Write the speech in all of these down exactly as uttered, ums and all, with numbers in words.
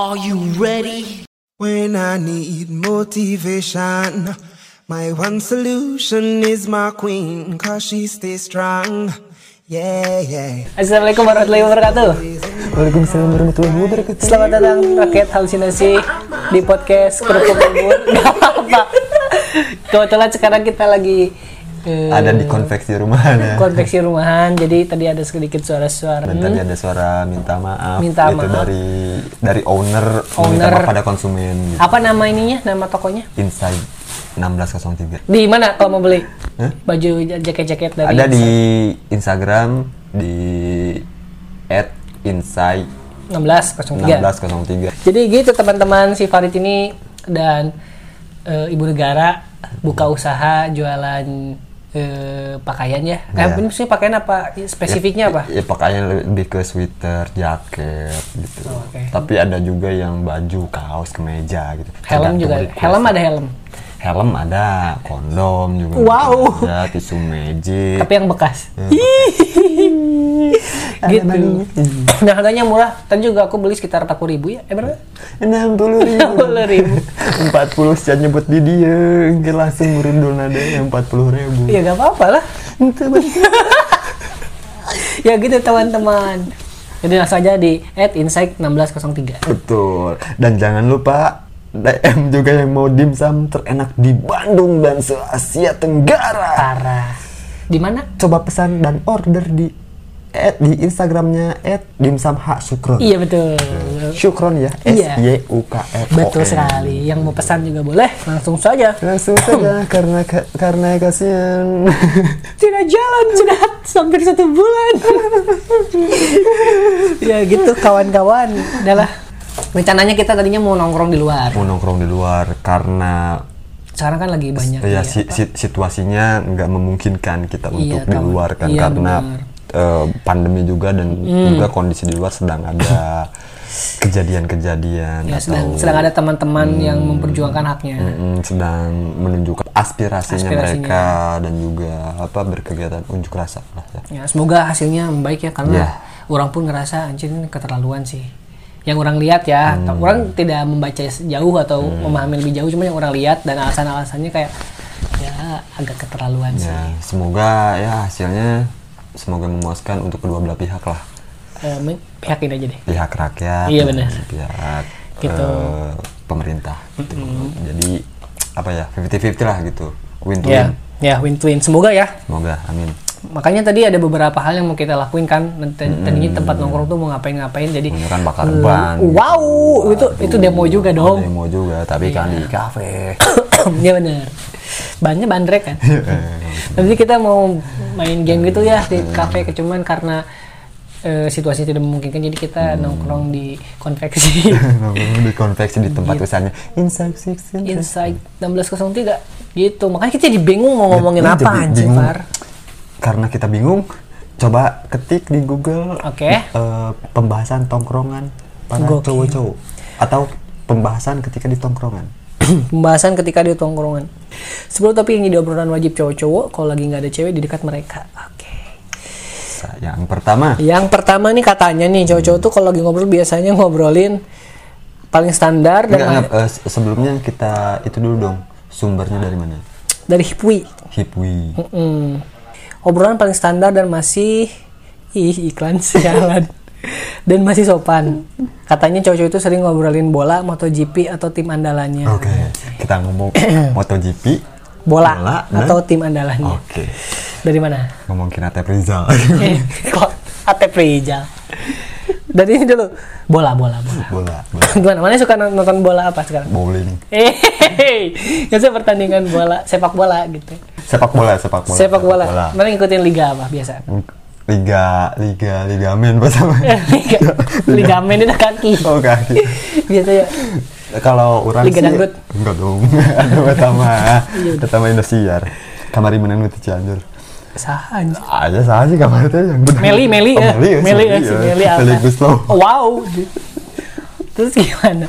Are you ready? When I need motivation, my one solution is my queen, cause she stays strong. Yeah, yeah. Assalamualaikum warahmatullahi wabarakatuh. Waalaikumsalam warahmatullahi wabarakatuh. Selamat datang rakyat halusinasi di podcast Kerupuk Bubur. Gak apa-apa. Kebetulan sekarang kita lagi uh, ada di konveksi rumahan ya. Konveksi rumahan. Jadi tadi ada sedikit suara-suara. Dan tadi ada suara minta maaf. Minta itu maaf. dari dari owner, Owner. minta maaf pada konsumen. Gitu. Apa nama ininya? Nama tokonya? Inside enam belas nol tiga. Di mana kalau mau beli? Hah? Baju jaket-jaket dari ada Inside. di Instagram di at inside enam belas nol tiga. Jadi gitu teman-teman, si Farid ini dan e, ibu negara buka usaha jualan e, pakaian ya. Kayak Ya. maksudnya pakaian apa? Spesifiknya ya, apa? Ya, pakaian lebih ke sweater, jaket gitu. Oh, okay. Tapi ada juga yang baju, kaos, kemeja gitu. Helm Tergantung juga. request. Helm ada helm. Helm ada, kondom juga. Wow. Ada, tisu magic. Tapi yang bekas. Gitu. Nah, harganya murah. Tadi juga aku beli sekitar empat puluh ribu ya. Eh berapa? enam puluh ribu. enam puluh ribu. empat puluh secara nyebut di dia. Enggak langsung merindul ada yang empat puluh ribu. Ya gak apa-apa lah. Ya gitu teman-teman. Jadi langsung aja di at insight enam belas nol tiga. Betul. Dan jangan lupa D M juga yang mau dimsum terenak di Bandung dan se-Asia Tenggara. Parah. Di mana? Coba pesan dan order di at, di Instagramnya at dimsum h syukron. Iya betul. Syukron ya. S Iya. Y U K R O N. Betul sekali. Yang mau pesan juga boleh, langsung saja. Langsung saja karena karena kasihan. Tidak jalan sudah hampir satu bulan. Ya gitu kawan-kawan. Adalah rencananya kita tadinya mau nongkrong di luar. Mau nongkrong di luar karena Sekarang kan lagi banyak. ya ya, si, apa? si- situasinya nggak memungkinkan kita Iya, untuk di kawan. luar kan Iya, karena benar. eh, pandemi juga dan Hmm. juga kondisi di luar sedang ada kejadian-kejadian Ya, atau sedang, sedang ada teman-teman yang memperjuangkan haknya. mm, sedang menunjukkan aspirasinya, Aspirasinya. mereka dan juga apa berkegiatan unjuk rasa lah ya. Ya, semoga hasilnya membaik ya karena Ya. orang pun ngerasa anjir ini keterlaluan sih. Yang orang lihat ya, Hmm. orang tidak membaca jauh atau memahami lebih jauh, cuma yang orang lihat dan alasan-alasannya kayak ya agak keterlaluan sih. Ya, semoga ya hasilnya semoga memuaskan untuk kedua belah pihak lah. Eh, men- pihak ini aja deh. Pihak rakyat, Iya, dan benar. pihak Gitu. eh, pemerintah. Gitu. Jadi apa ya lima puluh lima puluh lah gitu, win to Ya, win. ya win to win. Semoga ya. Semoga, amin. Makanya tadi ada beberapa hal yang mau kita lakuin kan. Tadi- Tadinya tempat nongkrong tuh mau ngapain-ngapain jadi Ini kan bakar ban. wow, gitu. itu itu demo juga Oh, dong. demo juga, tapi kan di kafe. Iya benar. Bannya bandrek kan. Nanti kita mau main game gitu ya di kafe, cuman karena eh, situasi tidak memungkinkan jadi kita nongkrong di konveksi. Nongkrong di konveksi di tempat Gitu. usahanya Inside Six Insight enam belas nol tiga gitu. Makanya kita jadi bingung mau ngomongin Jadi apa anjir, bingung. Far. Karena kita bingung, coba ketik di Google Oke. eh, pembahasan tongkrongan para Gokil. cowok-cowok atau pembahasan ketika di tongkrongan. Pembahasan ketika di tongkrongan. Sepuluh topik yang jadi obrolan wajib cowok-cowok kalau lagi nggak ada cewek di dekat mereka. Oke. Sa- Yang pertama, Yang pertama nih katanya nih cowok-cowok tuh kalau lagi ngobrol biasanya ngobrolin paling standar dan enggak, enggak, eh, se- sebelumnya kita itu dulu dong, sumbernya dari mana? dari Hipwi. Hipwi. Mm. Obrolan paling standar dan masih ih iklan sialan dan masih sopan. Katanya cowok-cowok itu sering ngobrolin bola, MotoGP atau tim andalannya. Oke, kita ngomong MotoGP, Bola, bola dan- atau tim andalannya. Oke, Dari mana? ngomong Kinatep Rizal. Eh, Kok Atep Rizal. Dari ini dulu. Bola, bola, bola. bola, bola, Gimana? Mana suka nonton bola apa sekarang? bowling, Eh, biasa pertandingan bola, sepak bola gitu. sepak bola, sepak bola, Sepak bola. Mana ngikutin liga apa biasa? Liga, liga, ligamen pertama. liga, ligamen itu kaki. Oh kaki. Biasanya Kalau orang Liga sih, dangdut. enggak dong. Ada pertama, pertama Indosiar. Kamari menang di Cianjur. sahan. Aja sah sih kamar itu yang benar. Meli, Meli, oh, ya. Meli, ya, Meli, ya, Meli, si ya. Meli apa? Meli Guslow. Oh, wow. Terus gimana?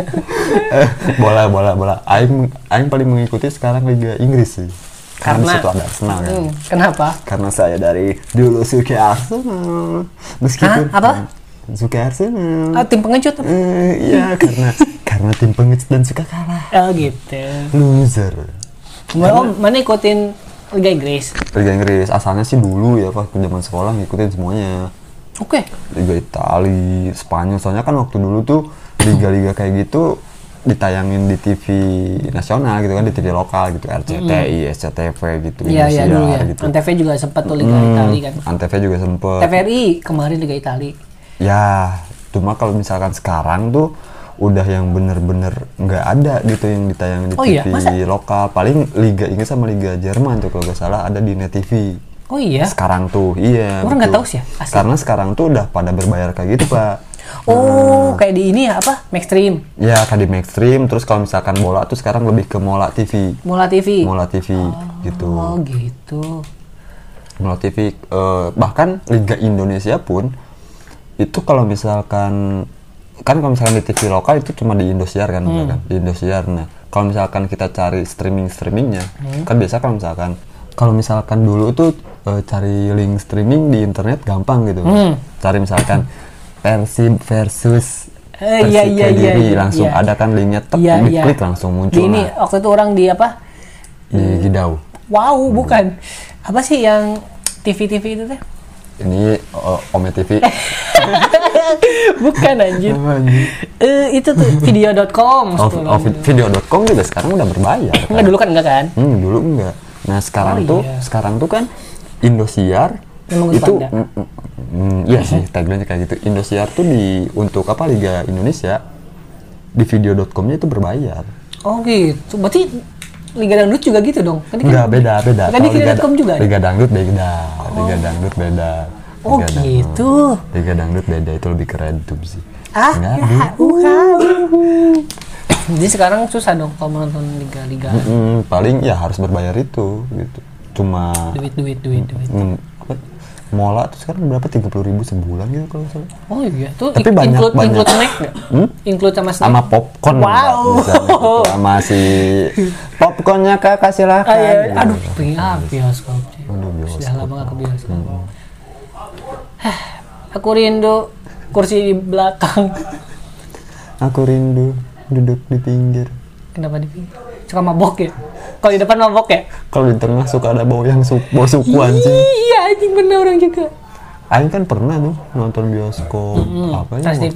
Eh, bola, bola, bola. Aing, Aing paling mengikuti sekarang Liga Inggris sih. Karena, Karena- situ ada Arsenal kan. Hmm, kenapa? Karena saya dari dulu suka Arsenal. Meskipun Hah? Apa? suka Arsenal. Ah, tim pengecut. Eh, iya karena karena tim pengecut dan suka kalah. Oh gitu. Loser. Oh, mana ikutin Liga Inggris? Liga Inggris asalnya sih dulu ya waktu zaman sekolah ngikutin semuanya. Oke. Liga Italia, Spanyol, soalnya kan waktu dulu tuh liga-liga kayak gitu ditayangin di T V nasional gitu kan, di T V lokal gitu, R C T I, mm. S C T V gitu. Iya iya dulu ya. Gitu. Antv juga sempat tuh Liga hmm, Italia kan. Antv juga sempat. T V R I kemarin Liga Italia. Ya, cuma kalau misalkan sekarang tuh udah yang bener-bener nggak ada gitu yang ditayangin di oh, T V iya? lokal. Paling Liga Inggris sama Liga Jerman tuh kalau nggak salah ada di Net T V. Oh iya? Sekarang tuh, iya. Orang nggak tahu sih ya? Asli. Karena sekarang tuh udah pada berbayar kayak gitu, Pak. Oh, nah, kayak di ini ya, apa? Maxstream? Ya, kayak di Maxstream. Terus kalau misalkan bola tuh sekarang lebih ke Mola T V. Mola T V? Mola T V, oh, gitu. Oh, gitu. Mola T V. Uh, bahkan Liga Indonesia pun, itu kalau misalkan, kan kalau misalkan di T V lokal itu cuma di Indosiar kan, hmm. kan? Di Indosiar. Nah, kalau misalkan kita cari streaming-streamingnya, hmm. kan biasa kalau misalkan, kalau misalkan dulu tuh uh, cari link streaming di internet gampang gitu. Hmm. Cari misalkan Persib versus eh, iya, iya, Kediri, iya, langsung iya. ada kan linknya, tek, iya, diklik iya. langsung muncul. Di ini nah. waktu itu orang di apa? Di Gidau. Wow, hmm. bukan. Apa sih yang T V-T V itu teh? Ini uh, Ome T V. Bukan anjir. uh, itu tuh video dot com. Oh, oh, video dot com juga sekarang udah berbayar. Kan? Enggak, dulu kan enggak kan? Hmm, dulu enggak. Nah, sekarang oh, tuh iya. sekarang tuh kan Indosiar itu mm, mm, iya sih tagline kayak gitu. Indosiar tuh di untuk apa Liga Indonesia di video dot com-nya itu berbayar. Oh gitu. Berarti Liga Dangdut juga gitu dong? Kan enggak, beda, beda. Kan di video dot com juga? Liga Dangdut beda. Oh. Liga Dangdut beda. Liga oh Dangdut. gitu. Liga Dangdut beda, itu lebih ke RedTube sih. Ah, ya, uh. Jadi sekarang susah dong kalau nonton liga-liga. Mm-mm, paling ya harus berbayar itu gitu. Cuma duit duit duit duit. Mm, apa? Mola tuh sekarang berapa tiga puluh ribu sebulan gitu kalau salah. Oh iya, tuh tapi banyak include, banyak include snack nggak? Hmm? Include sama snack? Sama popcorn. Wow. Bisa, gitu. Sama si popcornnya kakak silakan. Ah, iya. Aduh, pengen ah, bioskop. Aduh, bioskop. Sudah lama nggak ke bioskop. Hmm. Aku rindu kursi di belakang. Aku rindu duduk di pinggir. Kenapa di pinggir? Suka mabok ya? Kalau di depan mabok ya? Kalau di tengah suka ada bau yang su- bau suku anjing. Iya anjing, bener orang juga. Aing kan pernah tuh nonton bioskop mm-hmm. apa ya? Trans T V.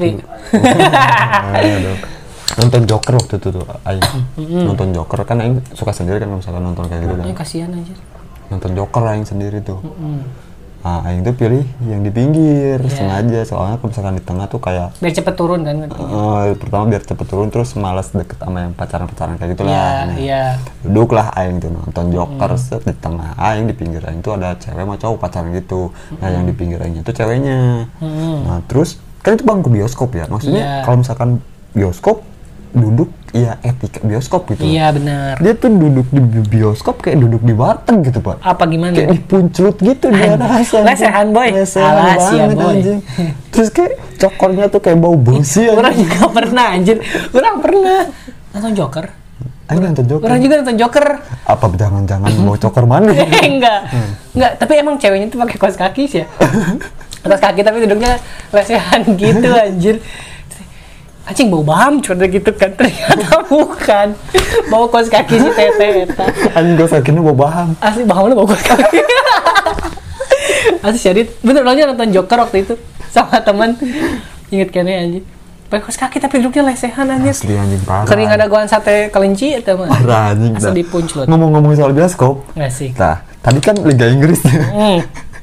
Nonton Joker waktu itu tuh Aing. Mm-hmm. Nonton Joker kan Aing suka sendiri kan kalau misalkan nonton kayak gitu kan. Aing kasihan aja. Nonton Joker Aing sendiri tuh. Mm-hmm. Nah, Aing tuh pilih yang di pinggir yeah. sengaja soalnya kalau misalkan di tengah tuh kayak biar cepet turun kan? Uh, pertama biar cepet turun terus malas deket sama yang pacaran-pacaran kayak gitulah. Iya, nah, iya. Duduklah Aing tuh nonton Joker mm. set di tengah Aing, di pinggir Aing tuh ada cewek sama cowok pacaran gitu. Mm. Nah, yang di pinggir Aingnya tuh ceweknya. Mm. Nah, terus kan itu bangku bioskop ya. Maksudnya yeah. kalau misalkan bioskop duduk ya etika bioskop gitu. Iya benar. Dia tuh duduk di bioskop kayak duduk di warteg gitu Pak. Apa gimana? Kayak dipuncut gitu dia rasa. Lesehan boy. Lesehan banget boy. Anjing. Terus kayak cokornya tuh kayak bau besi. Orang juga pernah anjir. Orang pernah nonton Joker. Ayo nonton Joker. Orang juga nonton Joker. Apa jangan-jangan mau cokor mana? Enggak. Hmm. Enggak, tapi emang ceweknya tuh pakai kaos kaki sih ya. Kaos kaki tapi duduknya lesehan gitu anjir. Anjing bau bamcor gitu kan, ternyata bukan bau kaos kaki si tete eta. Anjing kaos kakinya bau baham. Asli bahamnya bau kaos kaki. Asli Syadid, bener aja nonton Joker waktu itu sama teman. Ingat kene anjing. Pakai kaos kaki tapi duduknya lesehan anjir. Asli anjing parah. Kering ada goan sate kelinci eta mah. Parah anjing. Asli dipunclut. Ngomong-ngomong soal bioskop. Asik. Nah, tadi kan Liga Inggris. Hmm.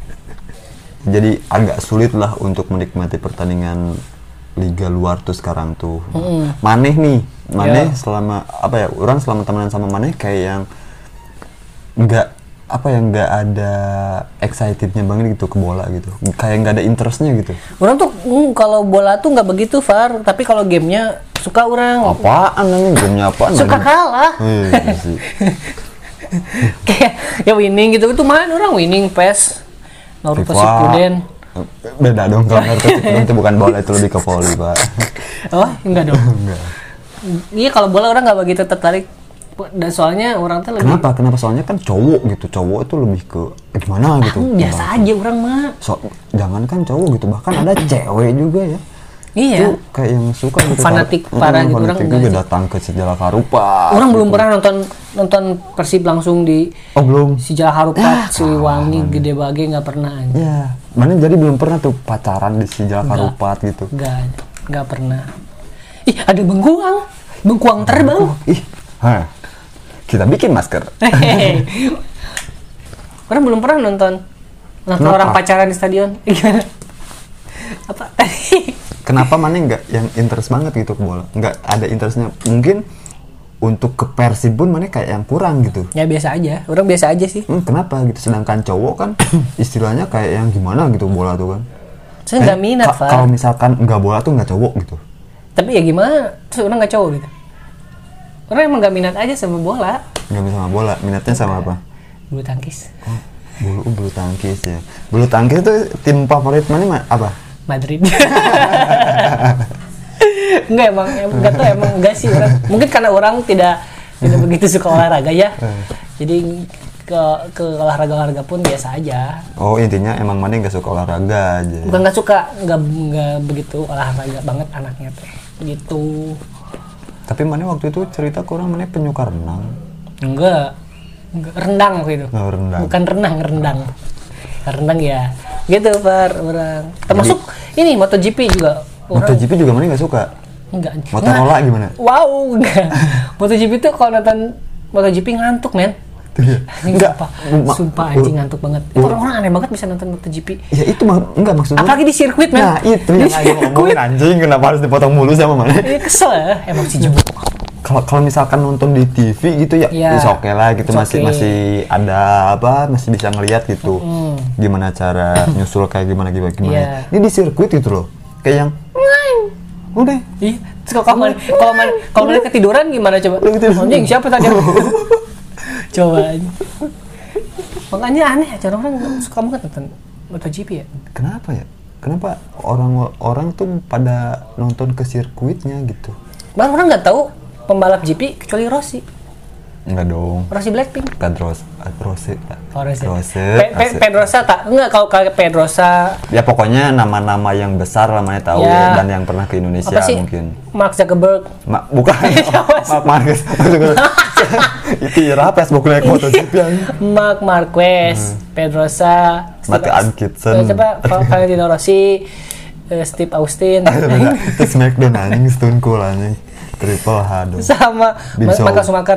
Jadi agak sulit lah untuk menikmati pertandingan liga luar tuh sekarang tuh. Mm. Maneh nih, Maneh yeah. selama apa ya? Orang selama temenan sama Maneh kayak yang nggak apa yang nggak ada excitednya banget gitu ke bola gitu. Kayak nggak ada interestnya gitu. Orang tuh mm, kalau bola tuh nggak begitu Far, tapi kalau gamenya suka orang. Apaan namanya gamenya apaan? Suka kalah. Iya sih. Kayak ya winning gitu itu main orang winning P E S. Naruto Shippuden. Beda dong kalau Naruto Shippuden itu bukan bola, itu lebih ke volley Pak. Oh enggak dong. Enggak. Iya kalau bola orang nggak begitu tertarik. Dan soalnya orang tuh lebih. Kenapa? Kenapa? Soalnya kan cowok gitu. Cowok itu lebih ke gimana gitu. Ah, biasa Bang. aja orang mah. So, jangan kan cowok gitu. Bahkan ada cewek juga ya. Iya. Itu kayak yang suka gitu. Fanatik Kar- parah mm, gitu orang fanatik enggak juga sih. datang ke Sijala Harupat. Orang gitu. belum pernah nonton nonton Persib langsung di Oh belum. Sijala Harupat, Ah, Siliwangi, Gede Bage nggak pernah. Anjing. Ya. Mana jadi belum pernah tuh pacaran di Sijala Enggak. Harupat gitu. Nggak, nggak pernah. Ih, ada bengkuang, bengkuang terbang. Ih, ha. Kita bikin masker. Hehehe. Orang belum pernah nonton nonton Kenapa? orang pacaran di stadion. Gimana? Apa tadi? Kenapa mana nggak yang interest banget gitu ke bola? Nggak ada interestnya. Mungkin untuk ke Persib pun mana kayak yang kurang gitu. Ya biasa aja, orang biasa aja sih. Hmm, kenapa gitu? Sedangkan cowok kan istilahnya kayak yang gimana gitu bola tuh kan. Saya nggak Eh, minat, ka- Far. Kalau misalkan nggak bola tuh nggak cowok gitu. Tapi ya gimana? Terus orang nggak cowok gitu. Orang emang nggak minat aja sama bola. Nggak bisa sama bola. Minatnya sama apa? Bulu tangkis. Oh, bulu bulu tangkis ya. Bulu tangkis itu tim favorit mana ma- apa? Madrid. Enggak emang, enggak tuh emang enggak sih orang. Mungkin karena orang tidak tidak begitu suka olahraga ya. Jadi ke ke olahraga-olahraga pun biasa aja. Oh intinya emang mana nggak suka olahraga aja. Bukan nggak suka, nggak nggak begitu olahraga banget anaknya teh. Gitu. Tapi mana waktu itu cerita kurang mana penyuka renang. Enggak. Enggak rendang waktu itu. Oh, rendang. Bukan renang, rendang. Rendang ya. Gitu, Par, orang. Termasuk ini MotoGP juga. Orang MotoGP juga mana nggak suka. enggak. Motorola gimana? Wow, enggak. MotoGP tuh kalau nonton MotoGP ngantuk, men. Anjing, Enggak. sumpah, Ma- sumpah anjing ngantuk banget. Itu orang-orang aneh banget bisa nonton MotoGP. Ya itu mah enggak maksudnya. Apalagi di sirkuit, men. Nah itu yang Di ayo ngomongin anjing kenapa harus dipotong mulu sama mana? Ini kesel ya, emang si Jowo. Kalau kalau misalkan nonton di T V gitu ya, Ya, bisa oke lah gitu it's masih okay. masih ada apa masih bisa ngelihat gitu. Mm. Gimana cara nyusul kayak gimana gimana gimana. Yeah. Ini di sirkuit gitu loh. Kayak yang udah Ih, terus kalau mana kalau mana kalau mana ketiduran gimana coba? Lu ketiduran. Anjing siapa tadi? Coba. Makanya aneh, cara orang suka banget nonton MotoGP ya. kenapa ya? Kenapa orang-orang tuh pada nonton ke sirkuitnya gitu? Bahkan orang nggak tahu pembalap G P kecuali Rossi. Enggak dong. Rossi Blackpink. Pedros, Rose, Oh, Rossi. Rose, Pe- Pe- Rose. Pedrosa tak? Enggak, kalau kayak Pedrosa Ya pokoknya nama-nama yang besar lah mana tahu Ya. dan yang pernah ke Indonesia apa sih? mungkin. Mark Zuckerberg. Ma, bukan. Siapa sih? Mark Marquez. Itu ya Facebook naik MotoGP yang. Mark Marquez, Pedrosa, Mati Atkinson. eh, siapa? Val- Valentino Rossi, eh, Steve Austin, Itu Smackdown anjing Stone Cold anjing. Triple H dong. sama Bin Ma- Shaw. Michael Schumacher.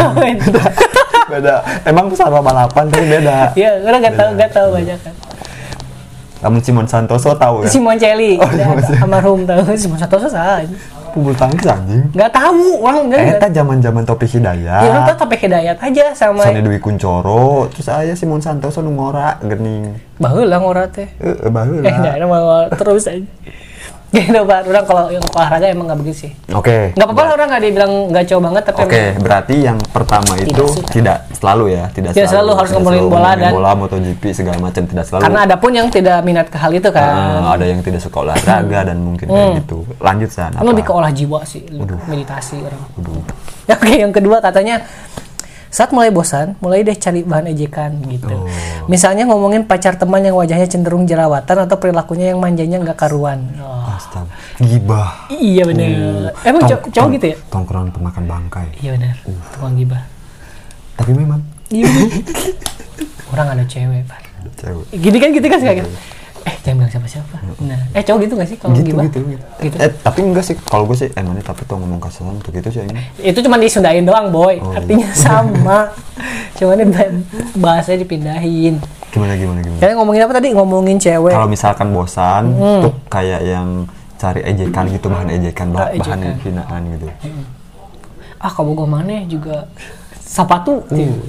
Beda. Emang sama balapan tapi beda. Iya, orang nggak tahu nggak tahu banyak kan. Namun Simon Santoso tahu ya. Simoncelli, Oh, udah Simoncelli. almarhum tahu Simon Santoso salah. Pebulu tangkis anjing. Nggak tahu, orang nggak. Eta zaman-zaman Taufik Ya orang Hidayat. tahu tapi Hidayat aja sama. Sony Dwi Kuncoro, terus aya Simon Santoso nu ngora geuning. Baheula ngora teh. Heeh, baheula. Eh, nah, mau terus aja. Gitu Pak, orang kalau yang olahraga emang nggak begitu sih. Oke. Nggak apa-apa lah orang nggak dibilang nggak cowok banget tapi Oke, emang berarti yang pertama itu suka. tidak selalu ya, tidak, Tidak selalu harus ngomongin bola dan- bola, MotoGP segala macam tidak selalu. karena ada pun yang tidak minat ke hal itu kan. Ah, ada yang tidak suka olahraga dan mungkin kayak gitu. Lanjut San. Kan lebih ke olah jiwa sih, meditasi orang. Waduh. Ya, oke, yang kedua katanya saat mulai bosan, mulai deh cari bahan ejekan gitu. Oh. Misalnya ngomongin pacar teman yang wajahnya cenderung jerawatan atau perilakunya yang manjanya nggak karuan. Oh. Astaga. Gibah. Iya bener. Emang Tong- cow- cowok tong- gitu ya? Tongkrongan pemakan bangkai. Iya bener. Tukang gibah. Tapi memang Iya. Orang ada cewek, Pak. cewek. Gini kan gitu kan suka gitu. Eh, jangan bilang siapa-siapa. Nah, eh cowok gitu nggak sih kalau Gitu, gibah? gitu, gitu. Gitu. Eh, tapi enggak sih. Kalau gue sih, eh mana tapi tuh ngomong kasaran tuh gitu sih ini. Itu cuma disundain doang, boy. Oh, Artinya sama. Cuman ini bahasanya dipindahin. Gimana gimana gimana. Kalian ngomongin apa tadi? Ngomongin cewek. Kalau misalkan bosan, tuh kayak yang cari ejekan gitu, bahan ejekan, bah- Ah, ejekan. bahan hinaan gitu. Ah, kamu gue mana juga sepatu.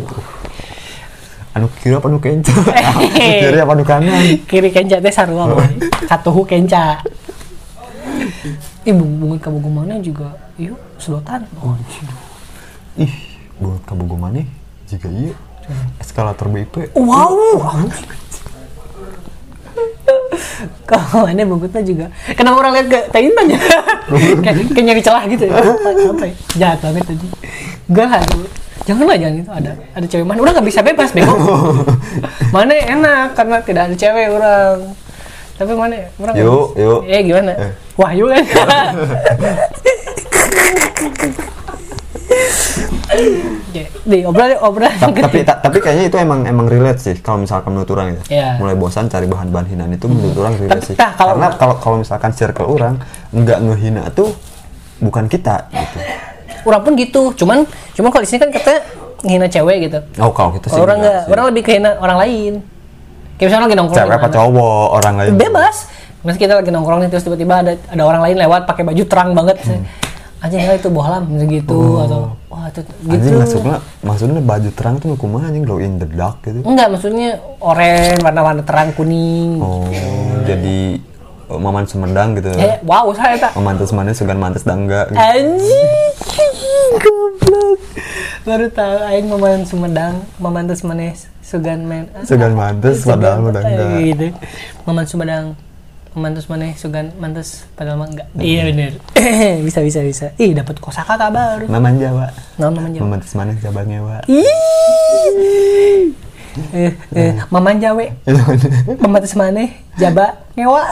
Anu kiri apa anu kenca? Eh. Kiri apa anu kanan? Kiri kenca teh sarua, boy. Katuhu kenca. Ih, bunga kamu gue mana juga. Yuk, sedotan. Oh, Ih, buat kabogo maneh jika iya eskalator B I P. wow. Kalau mana bungkutnya juga. Kenapa orang lihat ke Taintan ya? kayak, kayak nyari celah gitu. Apa, apa ya? Jahat banget tadi. Enggak lah, janganlah jangan itu ada ada cewek mana, udah nggak bisa bebas bego. Mana enak karena tidak ada cewek orang. Tapi mana orang yuk yuk. Eh gimana? Eh. Wah yuk kan. Di obrolan obrolan. Ta- tapi ta- tapi kayaknya itu emang emang relate sih kalau misalkan menurut orang ya. Yeah. Mulai bosan cari bahan-bahan hinaan itu menurut orang relate sih. Nah, kalau, karena kalau kalau misalkan circle orang nggak ngehina tuh bukan kita gitu. Orang pun gitu, cuman cuman kalau di sini kan katanya ngehina cewek gitu. Oh kalau gitu sih. Orang nggak, orang lebih kehina orang lain. Kayak misalnya lagi nongkrong. Cewek apa cowok orang lain? Bebas. Misalnya kita lagi nongkrong nih terus tiba-tiba ada ada orang lain lewat pakai baju terang banget. Hmm. Anjing itu bohlam gitu oh. Atau wah itu gitu. Anjing maksudnya maksudnya baju terang tuh kumaha anjing glow in the dark gitu. Enggak, maksudnya oranye, warna-warna terang kuning. Oh, jadi Maman Sumedang gitu. Eh, wow, saya tak. Memantes manis sugan mantes dangga. Gitu. Anjing, goblok. Baru tahu aing Maman Sumedang, memantes manis sugan men. Sugan mantes padahal mah dangga. Gitu. Maman Sumedang. Mantus mana sugan mantus padahal mah enggak. Hmm. Iya benar. bisa bisa bisa. Ih dapat kosakata baru. Maman Jawa. Nah, Maman Jawa. Mantus mana Jawa ngewa. eh eh Maman Jawa. Mantus mana Jaba ngewa.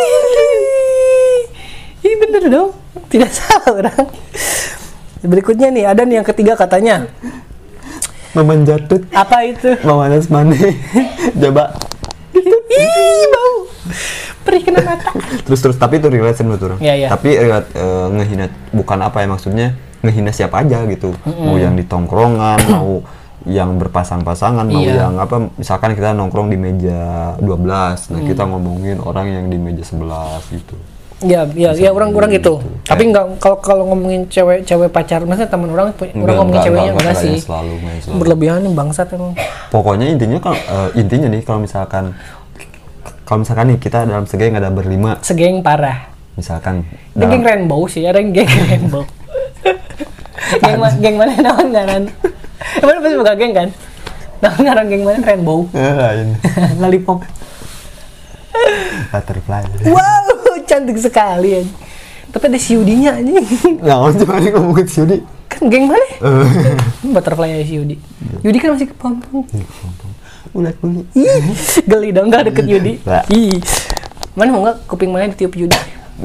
Ih bener dong. Tidak salah orang. Berikutnya nih ada nih yang ketiga katanya. Maman Jatut. Apa itu? Mamantus mana Jaba. Ih bau. Perih kena mata. terus terus tapi itu relate sih menurut orang. Ya, ya. Tapi relate uh, ngehina bukan apa ya maksudnya ngehina siapa aja gitu. Mm-hmm. Mau yang di tongkrongan, mau yang berpasang-pasangan, mau iya. yang apa misalkan kita nongkrong di meja dua belas, nah mm. kita ngomongin orang yang di meja sebelas gitu. Iya, iya, iya orang-orang gitu. gitu. Tapi enggak kalau kalau ngomongin cewek-cewek pacar, maksudnya teman orang enggak, orang ngomongin enggak, ceweknya enggak, enggak sih. Selalu, selalu. Berlebihan nih bangsat emang. Pokoknya intinya kalau uh, intinya nih kalau misalkan kalau misalkan nih kita dalam segeng ada berlima. Segeng parah. Misalkan. Dalam... Geng rainbow sih, ada geng rainbow. geng, ma- geng mana naon ngaran? Emang pasti buka geng kan? Naon ngaran geng mana rainbow? Lain. Lollipop. Butterfly. Wow, cantik sekali ya. Tapi ada si Yudi-nya aja. Naon cuma ngomongin si Yudi. Kan geng mana? Butterfly ya si Yudi. Yudi kan masih kepompong. Ulat bulu. Geli dong enggak deket Yudi. Ih. Mana mau enggak kuping mana ditiup Yudi?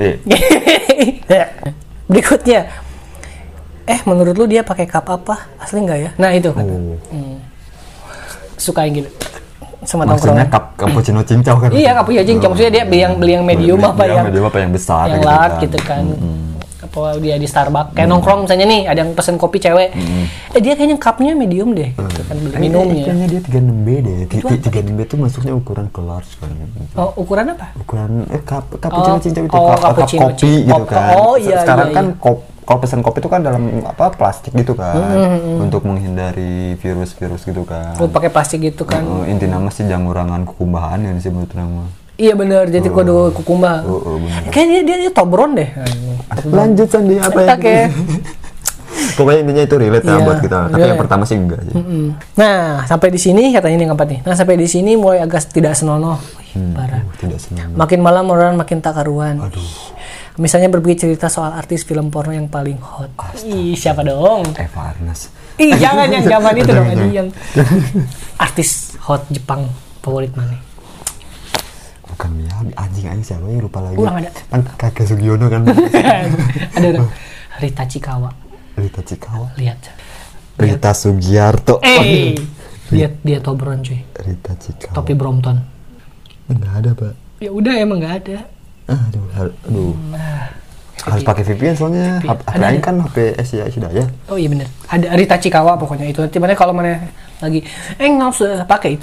Berikutnya. Eh, menurut lu dia pakai cup apa? Asli enggak ya? Nah, itu. Oh. Hmm. Suka yang gitu. Sama tongkrongan. Maksudnya cup cappuccino cincau kan? Iya, cappuccino cincau. Maksudnya dia beli yang beli yang medium apa yang medium apa yang besar yang gitu large kan. gitu kan. Hmm. Apa dia di Starbucks kayak hmm. nongkrong misalnya nih ada yang pesen kopi cewek hmm. eh dia kayaknya cupnya medium deh gitu hmm. kan beli minumnya kayaknya dia tiga puluh enam B deh tiga puluh enam B itu masuknya ukuran ke large kan gitu. Oh ukuran apa? Ukuran eh cup cappuccino oh, cincau itu oh, cup, cup kopi gitu kan oh iya sekarang iya, kan iya. kop kalau pesan kopi itu kan dalam apa plastik gitu kan hmm. untuk menghindari virus-virus gitu kan oh pakai plastik gitu kan uh, inti nama sih jangurangan kukumbahan yang disebut nama. Iya benar, jadi uh, kode kukumba. Uh, uh, Kayaknya dia, dia dia tobron deh. Lanjut Sandi apa ya? Okay. Pokoknya intinya itu relate iya, ya buat kita. Tapi relate. Yang pertama sih enggak sih. Mm-hmm. Nah sampai di sini katanya ini ngapa nih? Nah sampai di sini mulai agak tidak senonoh. Hmm, parah. Uh, tidak senonoh. Makin malam orang makin tak karuan. Aduh. Misalnya berbagi cerita soal artis film porno yang paling hot. Ih siapa dong? Eva Arnas. Ih jangan yang zaman itu dong aja yang artis hot Jepang favorit mana? Bukan ya, anjing anjing siapa ya lupa lagi. Ulang ada. Kan Kakek Sugiono kan. ada ada. Rita Cikawa. Rita Cikawa. Lihat. Rita Sugiarto. Eh. Lihat dia tobron cuy. Rita Cikawa. Topi Brompton. Enggak ada, Pak. Ya udah emang enggak ada. Aduh, aduh. Nah, harus pakai V P N soalnya. H P lain kan H P S ya sudah ya. Oh iya benar. Ada Rita Cikawa pokoknya itu. Nanti mana kalau mana lagi eh nggak usah pakai itu.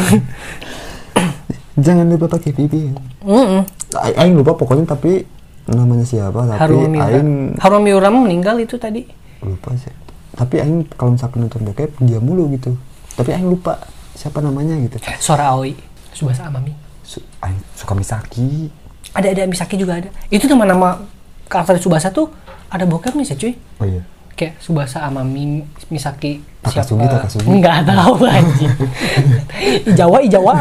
Jangan lupa pakai V P N. Mm-hmm. Aing lupa pokoknya tapi namanya siapa tapi Harum Aing Harum Miura meninggal itu tadi. Lupa sih. Tapi Aing kalau misalkan nonton bokep dia mulu gitu. Tapi Aing lupa siapa namanya gitu. Sora Aoi, Tsubasa Amami. Su- Aing suka Misaki. Ada ada Misaki juga ada. Itu nama-nama karakter Tsubasa tuh ada bokepnya sih cuy. Oh iya. Kayak Tsubasa Amami, Misaki, Takasugi, siapa? Takasugi. Enggak tahu anjing. Ijawa, Ijawa.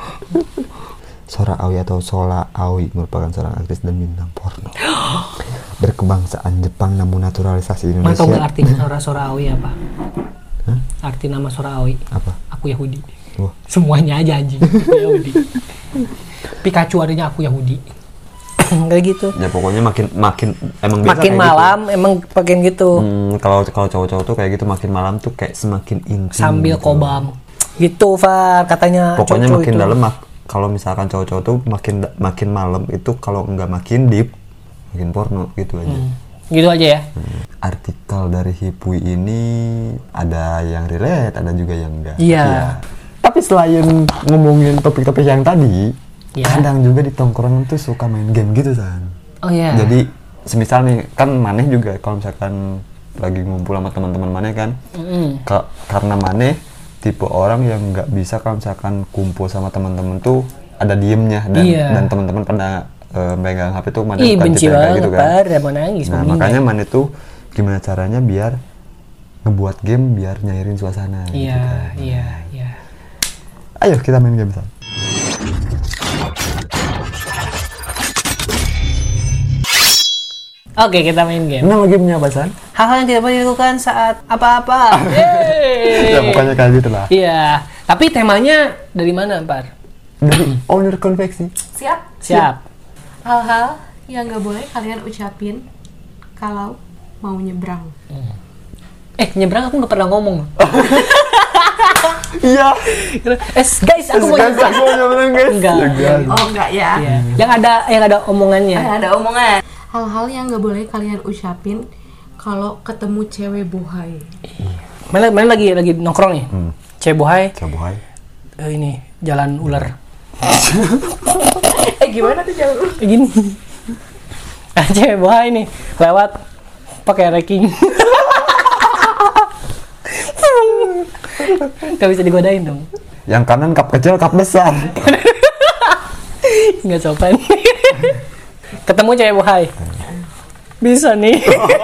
Sora Aoi atau Sola Aoi merupakan seorang aktris dan bintang porno. berkebangsaan Jepang namun naturalisasi Mana Indonesia. tau gak arti suara Sorawi apa? Hah? Arti nama Sorawi? Apa? Aku Yahudi. Wah. Semuanya aja anjing. Aku Yahudi. Pikachu adanya aku Yahudi. Kayak gitu. Ya pokoknya makin makin emang biasa Makin kayak malam gitu. emang bagian gitu. Hmm, kalau kalau cowok-cowok tuh kayak gitu makin malam tuh kayak semakin intim. Sambil gitu. kobam. Gitu, Far, katanya. Pokoknya cowok makin itu. dalam mak- kalau misalkan cowok-cowok tuh makin makin malam itu kalau enggak makin deep, makin porno gitu aja. Hmm. Gitu aja ya. Hmm. Artikel dari Hipwi ini ada yang relate, ada juga yang enggak. Iya. Ya. Tapi selain ngomongin topik-topik yang tadi, Iya. kadang juga di tongkrongan tuh suka main game gitu, San. Oh iya. Jadi semisal nih kan Maneh juga kalau misalkan lagi ngumpul sama teman-teman Maneh kan, Mm-mm. ka- karena Maneh tipe orang yang nggak bisa kalau misalkan kumpul sama teman-teman tuh ada diemnya dan Iya. dan teman-teman pernah e, megang H P tuh Maneh Ih, bukan benci tipe yang kayak banget, gitu kan. Par. Mau nangis. Nah mau makanya meninggal. Maneh tuh gimana caranya biar ngebuat game biar nyairin suasana. gitu Iya, kan. iya, iya. Ayo kita main game, San. Oke, kita main game. Nama gamenya apa, San? Hal-hal yang tidak boleh dilakukan saat apa-apa. Yeay. Ya pokoknya kayak gitu lah. Iya, tapi temanya dari mana, Par? Dari owner konveksi. Siap? Siap. Hal-hal yang nggak boleh kalian ucapin kalau mau nyebrang. Eh, nyebrang aku nggak pernah ngomong. Iya. Eh, guys, aku mau nyebrang. Aku mau nyebrang, guys. Enggak. Ya, guys. Oh enggak ya? Iya. Yang ada yang ada omongannya. Eh, ada omongan. Hal-hal yang nggak boleh kalian ucapin kalau ketemu cewek bohai. Mana mana lagi lagi nongkrong nih. Hmm. Cewek bohai. Coba hai. Eh, ini jalan ular. Eh gimana tuh jauh? Eh, gini. Ah, cewek bohai nih lewat pakai ranking. Gak bisa digodain dong. Yang kanan cup kecil, cup besar. Nggak sopan. Ketemu cewek bohai. Bisa nih.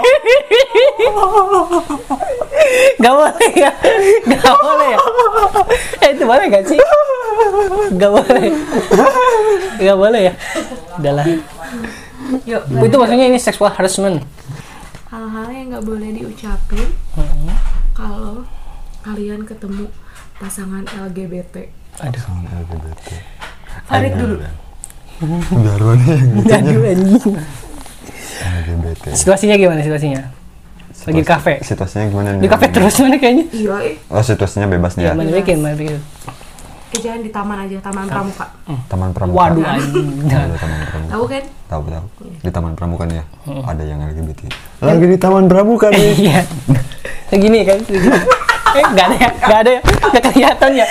Gak boleh ya. Gak boleh ya. Eh itu boleh gak sih? Gak boleh. Gak boleh ya. Udahlah. Yuk. Itu maksudnya ini sexual harassment. Hal-hal yang nggak boleh diucapin kalau kalian ketemu pasangan L G B T. Aduh. L G B T. Farid dulu. Baruan yang Aduh anjing. L G B T. Situasinya gimana situasinya? Lagi di kafe. Situasinya gimana nih? Di kafe terus mana kayaknya? Iya, eh. Oh, situasinya bebas nih ya. Mana bikin, mana bikin. Eh, jangan di taman aja, taman pramuka. Taman Pramuka. Waduh anjing. Ada Taman Pramuka. Tahu kan? Tahu tahu. Di Taman Pramuka nih ya. Ada yang L G B T. Lagi di Taman Pramuka nih. Iya. Kayak gini kan. Eh, enggak ada ya, enggak ada ya. Enggak kelihatan ya.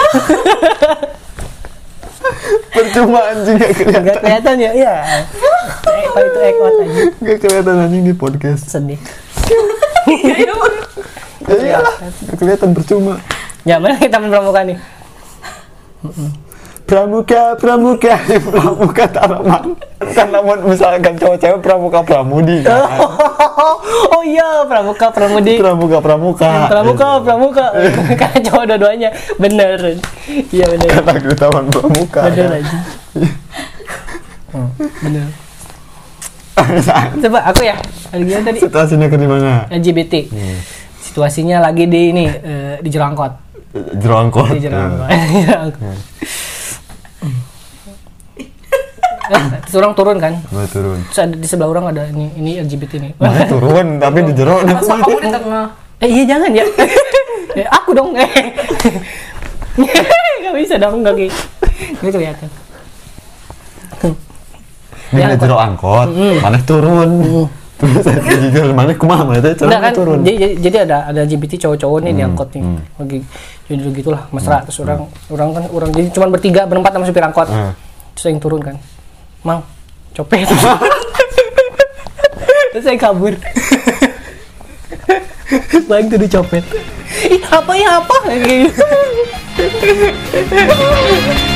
Percuma anjing gak kelihatan. Enggak kelihatan ya. Iya. Eh, kalau itu ekot aja. Gak kelihatan anjing di podcast. Sedih. Ya iyalah. Gak kelihatan percuma. Ya, mana kita pramuka nih? Pramuka, pramuka, pramuka tanaman. Kan namun misalkan cowok-cewek pramuka pramudi. Oh iya, pramuka pramudi. Pramuka, pramuka. Pramuka, pramuka. Karena cowok dua-duanya. Bener. Iya bener. Kan lagi di Taman Pramuka. Bener aja. Oh, bener. Coba aku ya. Lagi gimana tadi? Situasinya ke mana? L G B T. Situasinya lagi di ini eh, di Jerangkot. Jerongkot. Di Jerangkot. Di Jerangkot. Terus orang turun kan? Mana turun? Terus ada di sebelah orang ada ini ini L G B T nih. Mana turun tapi di jero. Masa kamu di tengah? Eh iya jangan ya. Eh, aku dong. Gak bisa dong gak gitu. Gak kelihatan. Ini Ya, di jero angkot. Mana turun? Terus saya jujur mana kumaha mana teh Enggak kan? turun. Jadi, jadi, jadi ada ada L G B T cowok-cowok nih di angkot nih. Lagi jadi gitulah mesra terus orang orang kan orang jadi cuma bertiga berempat sama supir angkot. Hmm. Terus yang turun kan. Mang, copet. Terus saya kabur. Bang tuh dicopet. Ih, apa ya apa? Kayak gitu.